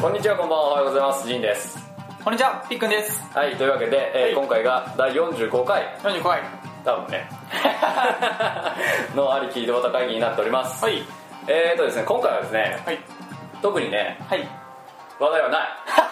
こんにちは、こんばんは、おはようございます。ジンです。 こんにちは、ピックンです。 はい、というわけで、今回が第45回 45回多分ねのありき井戸端会議になっております。 はい。 ですね、今回はですね、 はい。 特にね、 はい。 話題はない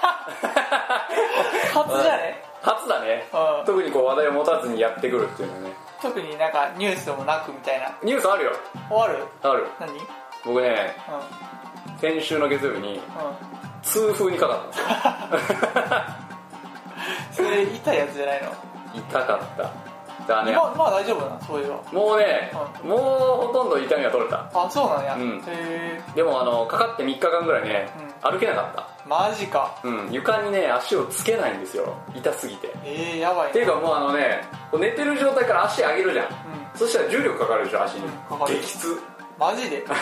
初じゃね。 初だね。 うん。 特にこう話題を持たずにやってくるっていうのはね。 特になんかニュースでもなくみたいな。 ニュースあるよ。 終わる？ ある。 何？うん。 僕ね、先週の月曜日に痛風にかかったんですよ。 それ痛いやつじゃないの？ 痛かった。だね。 まあ大丈夫なの？そういうの。 もうね、もうほとんど痛みは取れた。 あ、そうなんや。 うん。 へでもかかって3日間ぐらいね、歩けなかった。 マジか。 床にね、足をつけないんですよ。痛すぎて。 やばいね。 っていうかもうこう寝てる状態から足上げるじゃん。そしたら重力かかるでしょ、足に。激痛。 マジで？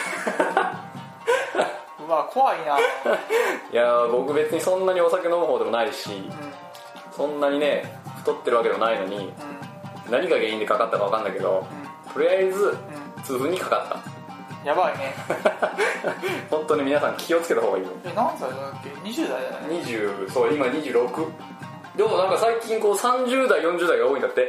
うわ、怖いな。 いや僕別にそんなにお酒飲む方でもないし、そんなにね、太ってるわけでもないのに、何が原因でかかったかわかんないけど、とりあえず、痛風にかかった。 やばいね。 本当に皆さん気をつけた方がいいよ。 何歳だっけ？20代じゃない？ そう、今26。でもなんか最近こう30代、40代が多いんだって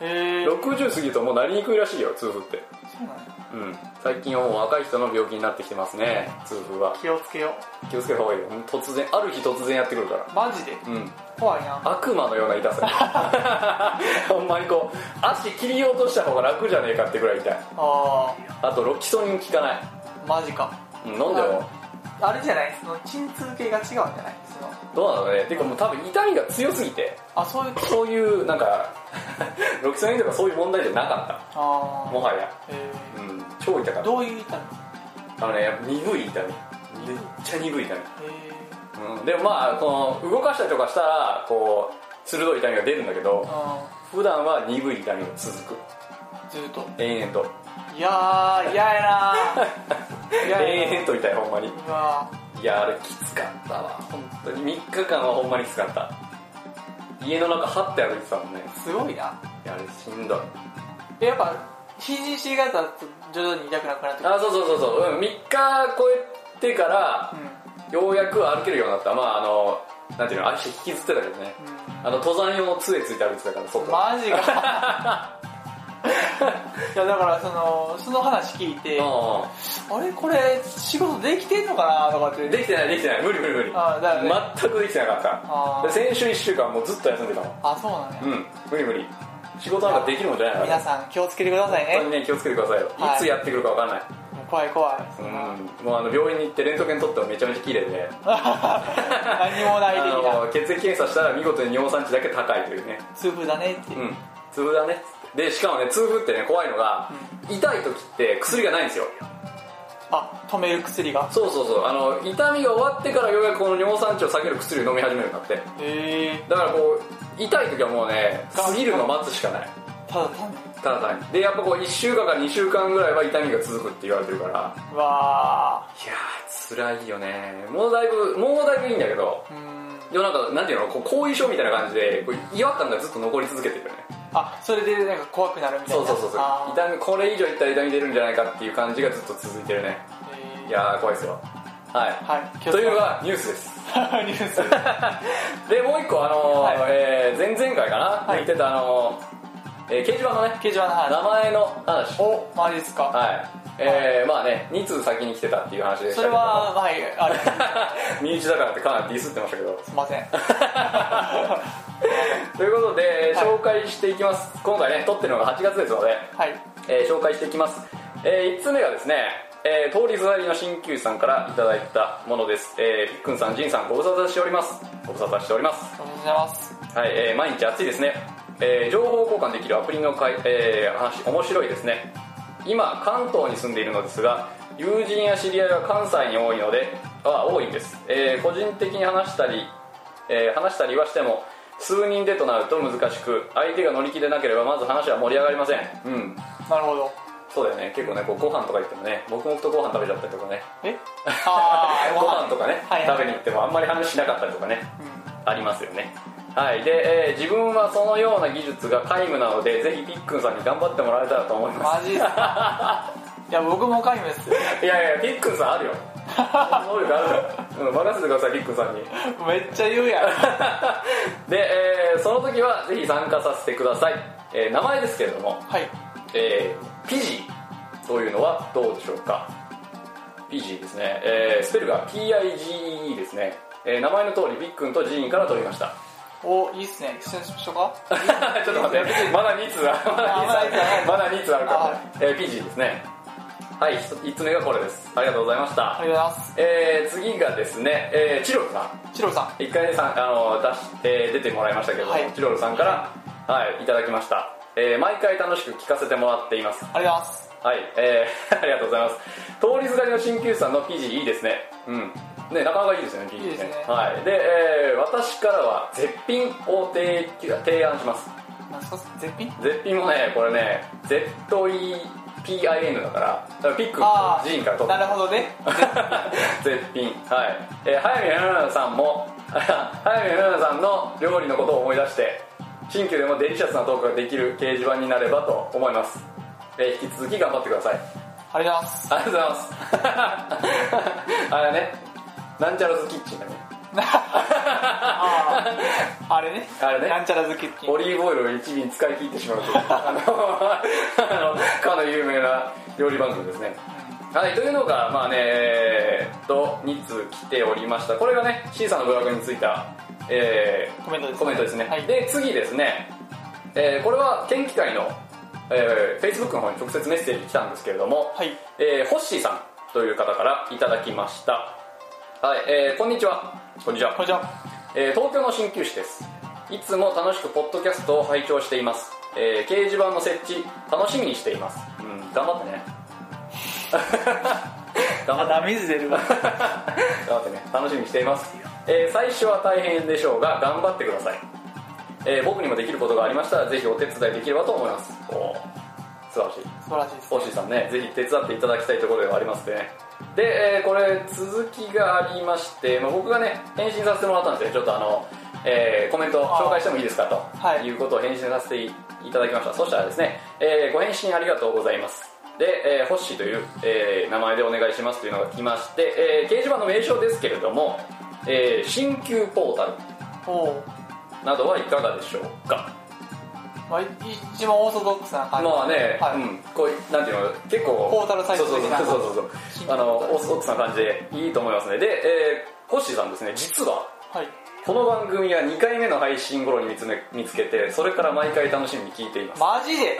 。60過ぎるともうなりにくいらしいよ、痛風って。 そうなんだ。 最近はもう若い人の病気になってきてますね、痛風は。 気をつけよう。気をつけた方がいいよ。ある日突然やってくるから。 マジで？怖いな。 悪魔のような痛さ。ほんまにこう、足切り落とした方が楽じゃねえかってぐらい痛い。あとロキソニン効かない。 マジか。 飲んでも。 あれじゃない？その鎮痛系が違うんじゃない？ どうなのね。てかもう多分痛みが強すぎて。そういうなんかロキソニンとかそういう問題じゃなかった。もはや。超痛かった。 どういう痛み？鈍い痛み。めっちゃ鈍い痛み。でもまあこの動かしたりとかしたらこう鋭い痛みが出るんだけど、普段は鈍い痛みが続く。 ずっと延々と。 いやー、嫌やなー。 延々と痛い、ほんまに。いや、あれきつかったわ、本当に。3日間はほんまにきつかった。家の中張って歩いてたもんね。すごいな。いや、あれしんどい。 やっぱ肘がだと徐々に痛くなくなってくる。 そう、3日超えてから、ようやく歩けるようになった。なんていうの、足引きずってたけどね。登山用の杖ついて歩いてたから、外。 マジか。いやだからその話聞いて、あれこれ仕事できてんのかなとかって。 できてない、無理。全くできてなかった。先週1週間もうずっと休んでたもん。 そうなんや。 無理。仕事なんかできるもんじゃないから。 皆さん気をつけてくださいね。 本当にね、気をつけてくださいよ。いつやってくるか分かんない。 怖い。 もう病院に行ってレントゲン取ってもめちゃめちゃ綺麗で何もない的な。 血液検査したら見事に尿酸値だけ高いというね。 痛風だねって。 痛風だね。でしかもね、痛風ってね、怖いのが、痛い時って薬がないんですよ。 止める薬が。 そう痛みが終わってからようやくこの尿酸値を下げる薬を飲み始めるんだって。だからこう痛い時はもうね、過ぎるの待つしかない。ただ単にで、やっぱこう1週間から2週間ぐらいは痛みが続くって言われてるから。いやー辛いよね。もうだいぶいいんだけど、でもなんていうの、後遺症みたいな感じで違和感がずっと残り続けてるよね。それでなんか怖くなるみたいな。そう痛み、これ以上いったら痛み出るんじゃないかっていう感じがずっと続いてるね。いやー怖いですよ。というのがニュースです。ニュースで、もう一個前々回かな、言ってた掲示板のね、名前の話。 マジですか。 まあね、2通先に来てたっていう話でしたけど、 それはあれ身内だからってかなりディスってましたけど、 すいません。 ということで、紹介していきます。今回ね、撮ってるのが8月ですので、紹介していきます。1通目がですね、通りすがりの鍼灸師さんからいただいたものです。ピックンさん、ジンさん、ご無沙汰しております。 ありがとうございます。 毎日暑いですね。情報交換できるアプリの話、面白いですね。今関東に住んでいるのですが、友人や知り合いが関西に多いんです。個人的に話したりはしても数人でとなると難しく、相手が乗り気でなければまず話は盛り上がりません。 なるほど。 そうだよね。結構ね、ご飯とか行ってもね、黙々とご飯食べちゃったりとかね、ご飯とかね、食べに行ってもあんまり話しなかったりとかね、ありますよね。で、自分はそのような技術が皆無なので、ぜひピックンさんに頑張ってもらえたらと思います。 マジっすか。いや僕も皆無ですよ。 いやピックンさんあるよ。 能力ある、任せてくださいリックさんに。 めっちゃ言うやん。 で、その時はぜひ参加させてください。名前ですけれども、 はい、 ピジーというのはどうでしょうか。ピジーですね、スペルが PIGE ですね。名前の通りビックンとジーンから取りました。 お、いいっすね。一緒にしましょうか。 ちょっと待って、まだ2通あるから、ピジーですね。はい、1つ目がこれです。ありがとうございました。 ありがとうございます。 次がですね、チロルさん。1回目出てもらいましたけども、はい、チロルさんから、はい、いただきました。毎回楽しく聞かせてもらっています。 ありがとうございます。 はい、ありがとうございます。通りすがりの鍼灸師さんのピジいいですね。うん。ね、なかなかいいですよね、ピジね。いいですね。はい。で、私からは絶品を提案します。 何ですか、絶品？ 絶品もね、これね、ZEPIN だから、ピックジーンから取って。 なるほどね。 絶品。はい。早見花々さんも、早見花々さんの料理のことを思い出して、新旧でもデリシャスなトークができる掲示板になればと思います。引き続き頑張ってください。 ありがとうございます。 ありがとうございます。あれね、なんちゃらズキッチンだね。 あれね、なんちゃらズキッチン。 オリーブオイルを1瓶使い切ってしまうというかの有名な料理番組ですね。はい、というのがまあね2通来ておりました。これがね C さんのブログについた、コメントですね。はい、で次ですね、これは県議会の、Facebook の方に直接メッセージ来たんですけれども、 はい、 ホッシーさんという方からいただきました。はい、こんにちは。こんにちは。東京の鍼灸師です。いつも楽しくポッドキャストを拝聴しています。掲示板の設置楽しみにしています。うん、頑張ってね。 水出るわ。 頑張ってね、楽しみにしています。最初は大変でしょうが頑張ってください。僕にもできることがありましたらぜひお手伝いできればと思います。素晴らしいです。ホッシーさんね、ぜひ手伝っていただきたいところではありますね。で、これ続きがありまして、僕がね返信させてもらったんですよ。ちょっとコメント紹介してもいいですかと、いうことを返信させていただきました。そしたらですね、ご返信ありがとうございます。で、ホッシーという、名前でお願いしますというのが来まして、掲示板の名称ですけれども、鍼灸ポータルなどはいかがでしょうか。 まあ、一番オーソドックスな感じ。 まあね、はい、うん、こういうなんていうの、結構ポータルサイト的な、 そうオーソドックスな感じでいいと思いますね。で、ホッシーさんですね、実は、はい、この番組は2回目の配信頃に見つけて、それから毎回楽しみに聞いています。 マジで？すげえ。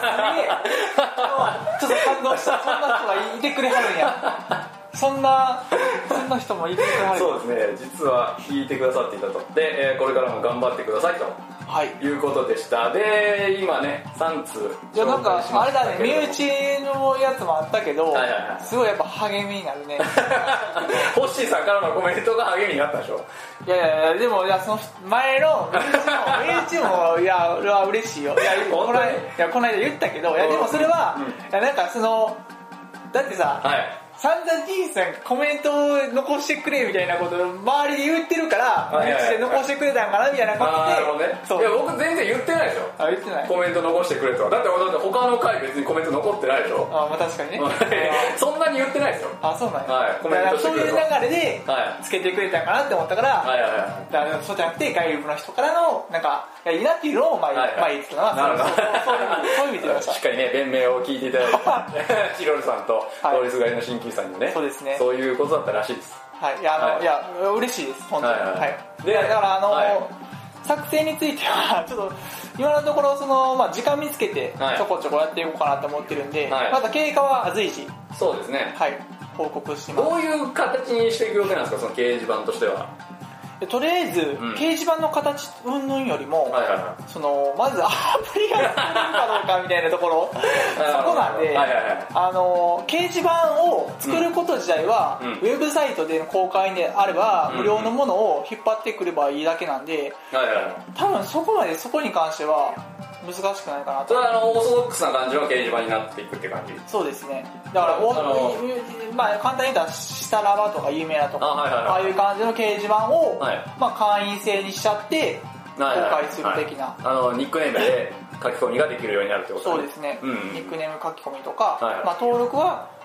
ちょっと感動した。そんな人がいてくれはるんや。そんな人もいてくれはる。 そうですね、実は聞いてくださっていたと。で、これからも頑張ってくださいと、はい、いうことでした。で、今ね3通いや、なんかあれだね、身内のやつもあったけど、はいはいはい、すごいやっぱ励みになるね。 ホッシーさんからのコメントが励みになったでしょ。 いやでもその前の身内もいや俺は嬉しいよ。いやこの間言ったけど、いやでもそれは、いやなんかだってさ、はい、散々ジンさんコメントを残してくれみたいなことを周りで言ってるから、身内で残してくれたんかなみたいなことで、 そう、いや僕全然言ってないでしょ。 言ってない。 コメント残してくれとは。だって他の回別にコメント残ってないでしょ。 まあ確かにね。 そんなに言ってないですよ。 そうなんや。 はい、コメントしてくれと。 そういう流れでつけてくれたんかなって思ったから、だからそうじゃなくて外部の人からのなんかいいなっていうのを前言ってたな。そういう意味で言いました。 しっかりね弁明を聞いていただいて、チロルさんと通りすがりの鍼灸師さんにね。 そうですね。 そういうことだったらしいです。 はい、いや嬉しいです本当に。はい。でだから作成についてはちょっと今のところ時間見つけてちょこちょこやっていこうかなと思ってるんで、また経過は随時そうですね、はい、 報告します。 どういう形にしていく予定なんですか、その掲示板としては。 とりあえず、掲示板の形云々よりも、まずアプリが作れるかどうかみたいなところそこなんで、掲示板を作ること自体は、ウェブサイトでの公開であれば、無料のものを引っ張ってくればいいだけなんで、多分そこに関しては難しくないかなと。 それはオーソドックスな感じの掲示板になっていくって感じ。 そうですね。だから簡単に言ったらしたらばとか有名なとか、ああいう感じの掲示板を、会員制にしちゃって公開する的な、 ニックネームで書き込みができるようになるってことですね。そうですね、ニックネーム書き込みとか、登録は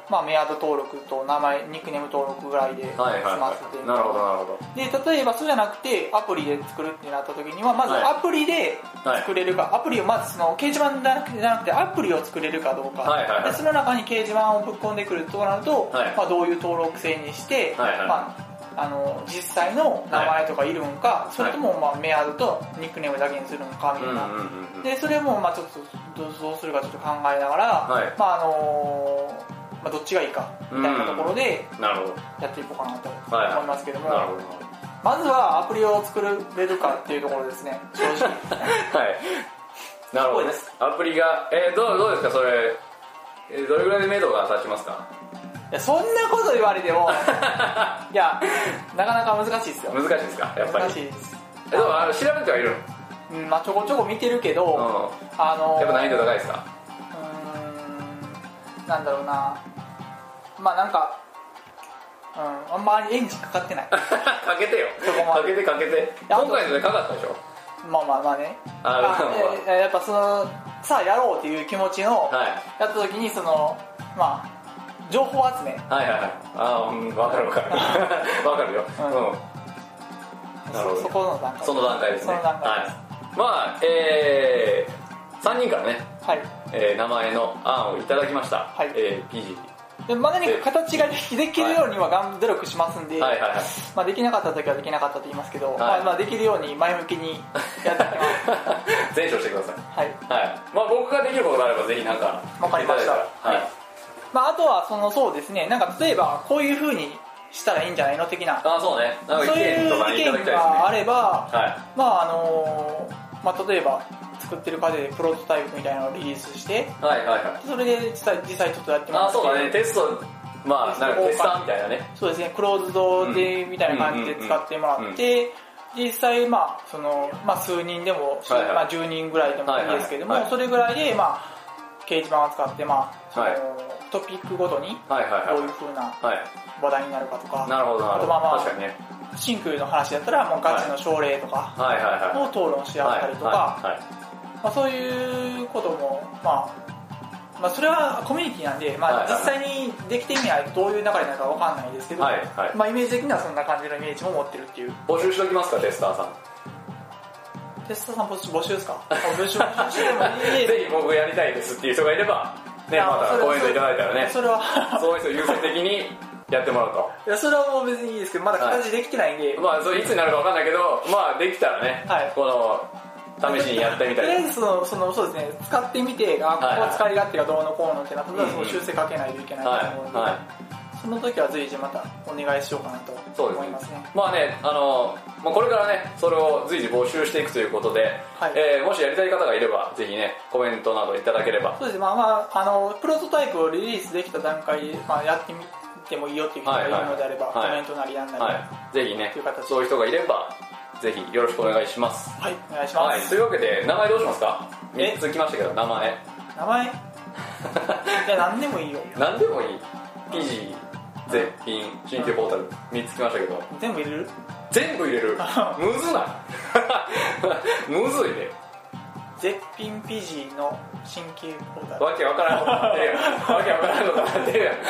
まあ、メアド登録と名前ニックネーム登録ぐらいで済ませて、 なるほどなるほど。 で例えばそうじゃなくてアプリで作るってなった時にはまずアプリで作れるか、アプリをまずその掲示板じゃなくてアプリを作れるかどうか、でその中に掲示板をぶっ込んでくるとなると、まあ、どういう登録制にして、まあ、実際の名前とかいるんか、それともまあメアドとニックネームだけにするのかみたいな、でそれもまあちょっとどうするかちょっと考えながら、まあまあ、どっちがいいかみたいなところでやっていこうかなと思いますけども、まずはアプリを作れるかっていうところですね、正直。 はい。なるほどね。アプリがどうですかそれ、どれぐらいで目処が立ちますか？ いやそんなこと言われてもいやなかなか難しいですよ。 難しいですかやっぱり。難しいです。でも調べてはいるの？まあちょこちょこ見てるけど、 やっぱ難易度高いですか？ なんだろうな、まあなんかあんまりエンジンかかってない。 かけてよ。かけて。今回のでかかったでしょ？まあね。やっぱそのさあやろうっていう気持ちの、やった時にそのまあ情報集め。 わかるわかるよ。なるほど。 そこの段階。 その段階ですね。まあ3人からね、名前の案をいただきました。PG。 でまあ、何か形ができるようには努力しますんで、まあ、できなかった時はできなかったと言いますけど、まあ、できるように前向きにやっていきます。 全勝してください。まあ、僕ができることがあればぜひなんか分かりました。まあ、あとはそうですね、なんか例えばこういう風にしたらいいんじゃないの的な、 そうね、なんかそういう意見があれば、まあ例えば作ってる過程でプロトタイプみたいなのをリリースして、それで実際ちょっとやってます。 そうだね、テスト、まあなんかテスターみたいなね。 そうですね、クローズドでみたいな感じで使ってもらって、実際まあ数人でも、まあ10人ぐらいでもいいですけども、それぐらいでまあ掲示板を使ってトピックごとにどういう風な話題になるかとか、あと確かにね。真空の話だったらもうガチの症例とかを討論し合ったりとか、まあ、そういうことも、まあそれはコミュニティなんで、まあ、実際にできてみないとどういう流れになるか分かんないですけど、まあ、イメージ的にはそんな感じのイメージも持ってるっていう。 募集しておきますか、テスターさん。 テスターさん募集ですか？募集してもいい。 ぜひ僕やりたいですっていう人がいれば、ね、またコメントいただいたらね、そういう人優先的にやってもらうと。 いや、それはもう別にいいですけど、まだ形できてないんで、 まあそれいつになるか分かんないけど、まあできたらね、この試しにやってみたい。 とりあえずそうですね、使ってみて、ここは使い勝手がどうのこうのってなったら、修正かけないといけないと思うので、その時は随時またお願いしようかなと思いますね。 まあね、これからね、それを随時募集していくということで、もしやりたい方がいれば、ぜひね、コメントなどいただければ。 そうですね、プロトタイプをリリースできた段階で、やってみてもいいよっていう人がいるのであれば、コメントなりなんなり、ぜひね、そういう人がいれば、ぜひよろしくお願いします。 はい、お願いします。 というわけで、名前どうしますか？3つ来ましたけど、名前。 いや、何でもいいよ。 何でもいい？ PG、絶品、新旧ポータル、3つ来ましたけど。 全部入れる？ 全部入れる？むずない？むずいね。 絶品 PG の新旧ポータル。 わけわからんことなってるやん。わけわからんことなってるやん。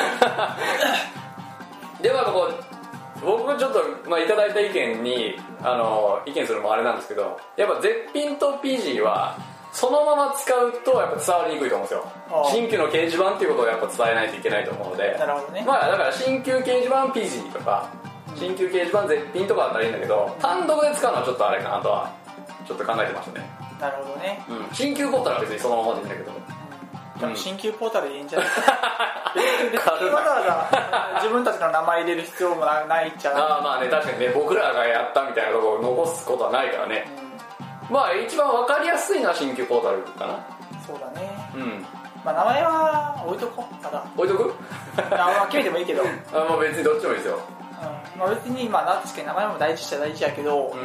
では僕ちょっと、いただいた意見に意見するのもあれなんですけど、やっぱ絶品と PG はそのまま使うとやっぱ伝わりにくいと思うんですよ。新旧の掲示板っていうことをやっぱ伝えないといけないと思うので、 なるほどね。 だから新旧掲示板 PG とか新旧掲示板絶品とかだったらいいんだけど、単独で使うのはちょっとあれかなとはちょっと考えてましたね。 なるほどね。 新旧ポータルは別にそのままでいいんだけど、 でも新旧ポータルでいいんじゃないかな。わざわざ自分たちの名前入れる必要もないっちゃまあね、確かにね、僕らがやったみたいなところを残すことはないからね。一番分かりやすいのは新旧ポータルかな。 そうだね。名前は置いとこう。まだ置いとく？ 決めてもいいけど。 別にどっちもいいですよ。 別に確かに名前も大事っちゃ大事やけど、 もう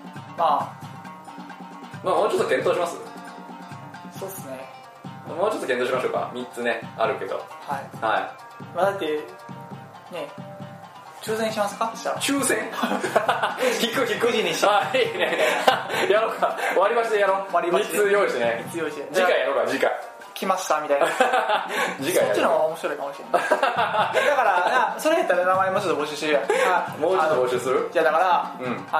ちょっと検討します？ そうっすね。 もうちょっと検討しましょうか。3つね、あるけど。 だってね、抽選しますか？ 抽選？引くくじにしいいね。やろうか。割り箸でやろう。3つ用意してね。 3つ用意して。 次回やろうか、次回。 きましたみたいな次回そっちの方が面白いかもしれないだからそれやったら名前もうちょっと募集してるやんもうちょっと募集する？ じゃあだから、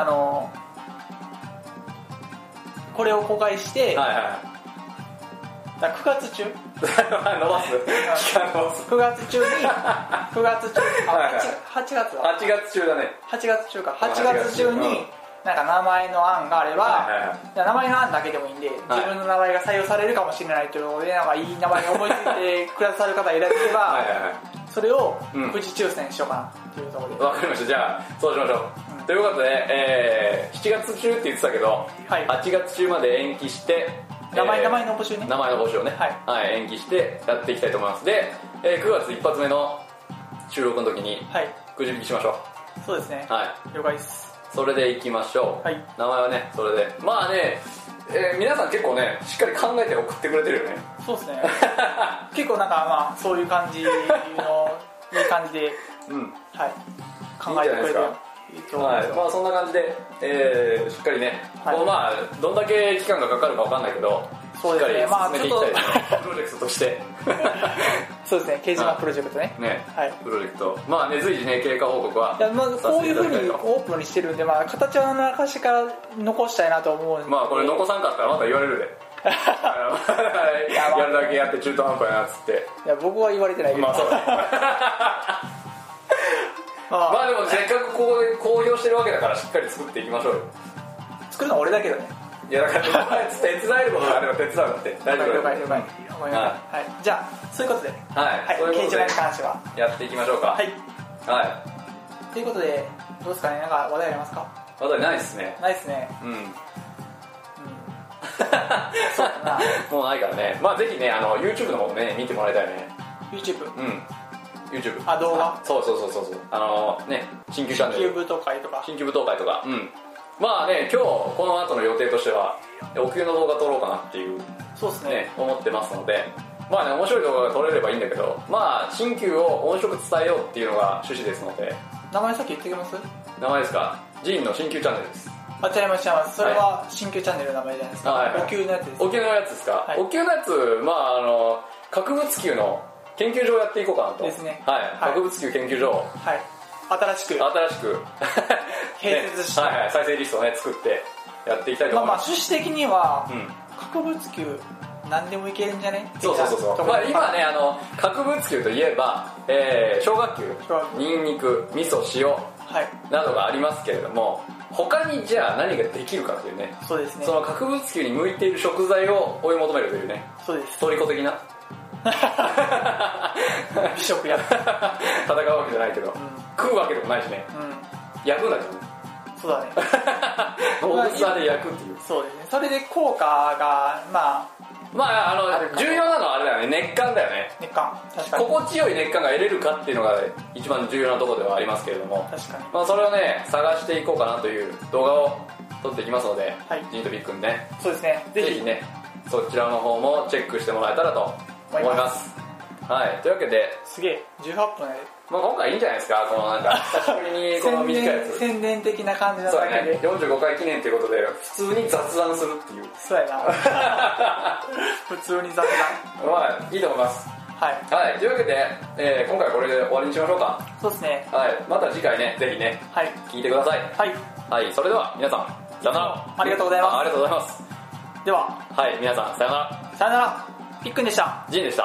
これを公開して、はいはい、だ9月中伸ばす 9月中に9月中8月中だね 8月中か8月中になんか名前の案があれば、はいはいはい、名前の案だけでもいいんで、自分の名前が採用されるかもしれないということで、なんかいい名前を思いついてくださる方がいらっしゃればはいはい、はい、それをくじ抽選しようかなっていうところで。 わかりました。じゃあそうしましょう。ということで、7月中って言ってたけど、はい、8月中まで延期して、 名前の募集ね。 名前の募集をね、はいはい、延期してやっていきたいと思います。で、9月一発目の収録の時にくじ引きしましょう。 そうですね。はい。了解です。 それでいきましょう、はい、名前はねそれでまあね、皆さん結構ねしっかり考えて送ってくれてるよね。 そうですね結構なんかまあそういう感じのいい感じで、うんはい、考えてくれてるはい、まあそんな感じで、しっかりね、はい、こうまあどんだけ期間がかかるかわかんないけどそうですね、 しっかり進めていきたいですね、プロジェクトとしてそうですね、掲示板プロジェクトね、 はい、プロジェクトまあね随時ね経過報告はまずこういうふうにオープンにしてるんで、まあ、形は何かしから残したいなと思うんで、 まあこれ残さんかったらまた言われるでやるだけやって中途半端やなっつって。 いや僕は言われてないけど、まあそうだねまあでもせっかくこう公表してるわけだからしっかり作っていきましょうよ。 作るのは俺だけどね。 いやだから手伝えることがあれば手伝うんだって大丈夫。 了解了解、はい、じゃあそういうことで掲示板に関してはやっていきましょうか。はいはいということでどうですかね、なんか話題ありますか？ 話題ないっすね。 ないっすね。 そうだなもうないからね。まあぜひねYouTube の方もね見てもらいたいね。 YouTube？ YouTube あ動画？ そうね新旧チャンネル新旧舞踏会とかまあね今日この後の予定としてはお灸の動画撮ろうかなっていうそうですね思ってますので、まあね面白い動画が撮れればいいんだけど、まあ新旧を面白く伝えようっていうのが趣旨ですので。 名前さっき言ってきます？ 名前ですか？ジーンの新旧チャンネルです。 違います。それは新旧チャンネルの名前じゃないですか。お灸のやつです。 お灸のやつですか？お灸のやつまあ核物球の研究所をやっていこうかなと。ですね。はい。核物球研究所をはい新しく併設して、 はいはい、再生リストをね作ってやっていきたいと思います。 まあ趣旨的には、核物球何でもいけるんじゃね？ そうまあ今ね核物球といえば生姜球、ニンニク、味噌、塩などがありますけれども、他にじゃあ何ができるかというね。 そうですね。 その核物球に向いている食材を追い求めるというね。 そうです。 トリコ的な美食や戦うわけじゃないけど、食うわけでもないしね、焼くんだけどね。 そうだね大きさで焼くっていう。 そうですね。それで効果がまあ重要なのはあれだよね、熱感だよね。 熱感、確かに心地よい熱感が得れるかっていうのが一番重要なところではありますけれども、 確かに、 まあ、それをね探していこうかなという動画を撮っていきますので、ジンとビックンね、 そうですね、 ぜひねそちらの方もチェックしてもらえたらと思います。はい、というわけですげえ18分で、 まあ、今回いいんじゃないですか、このなんか久しぶりにこの短いやつ宣伝的な感じなだけで、 そうね、45回記念ということで普通に雑談するっていう。 そうやな普通に雑談まあいいと思います。はい、はい、というわけで、今回はこれで終わりにしましょうか。 そうですね、 はい、また次回ねぜひね、はい、聞いてください。はい、はい、それでは皆さんさよなら。 ありがとうございます。 ありがとうございます。 では、 はい、皆さんさよなら。 さよなら。ピックンでした。 ジンでした。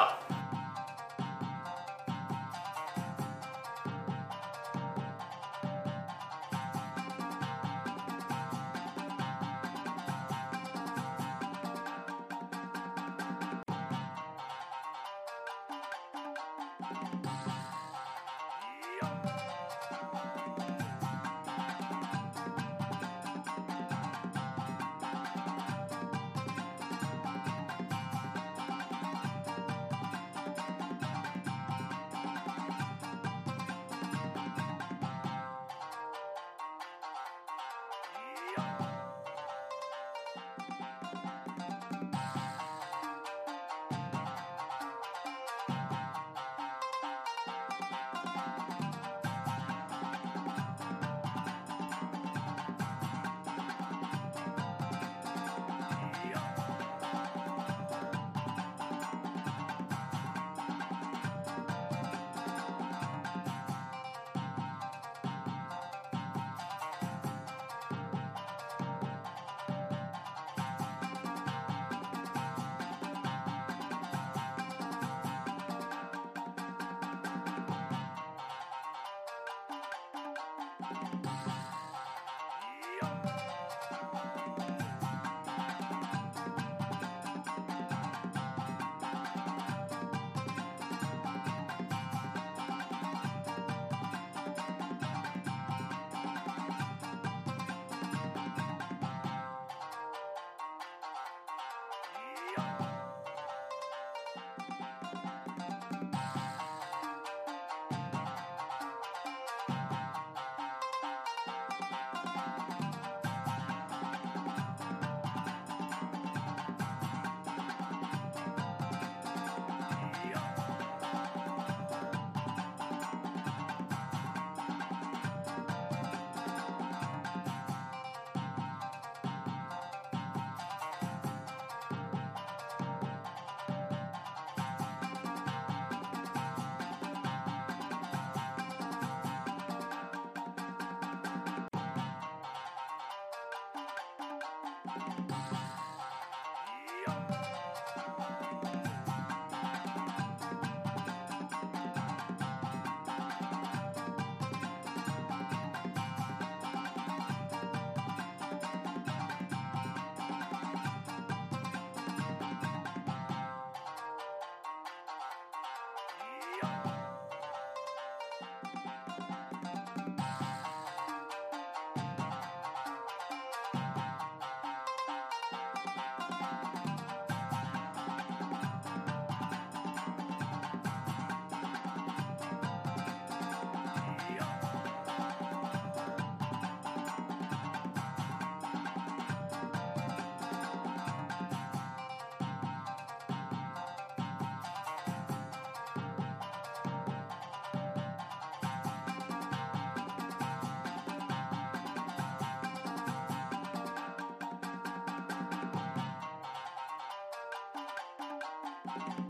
う。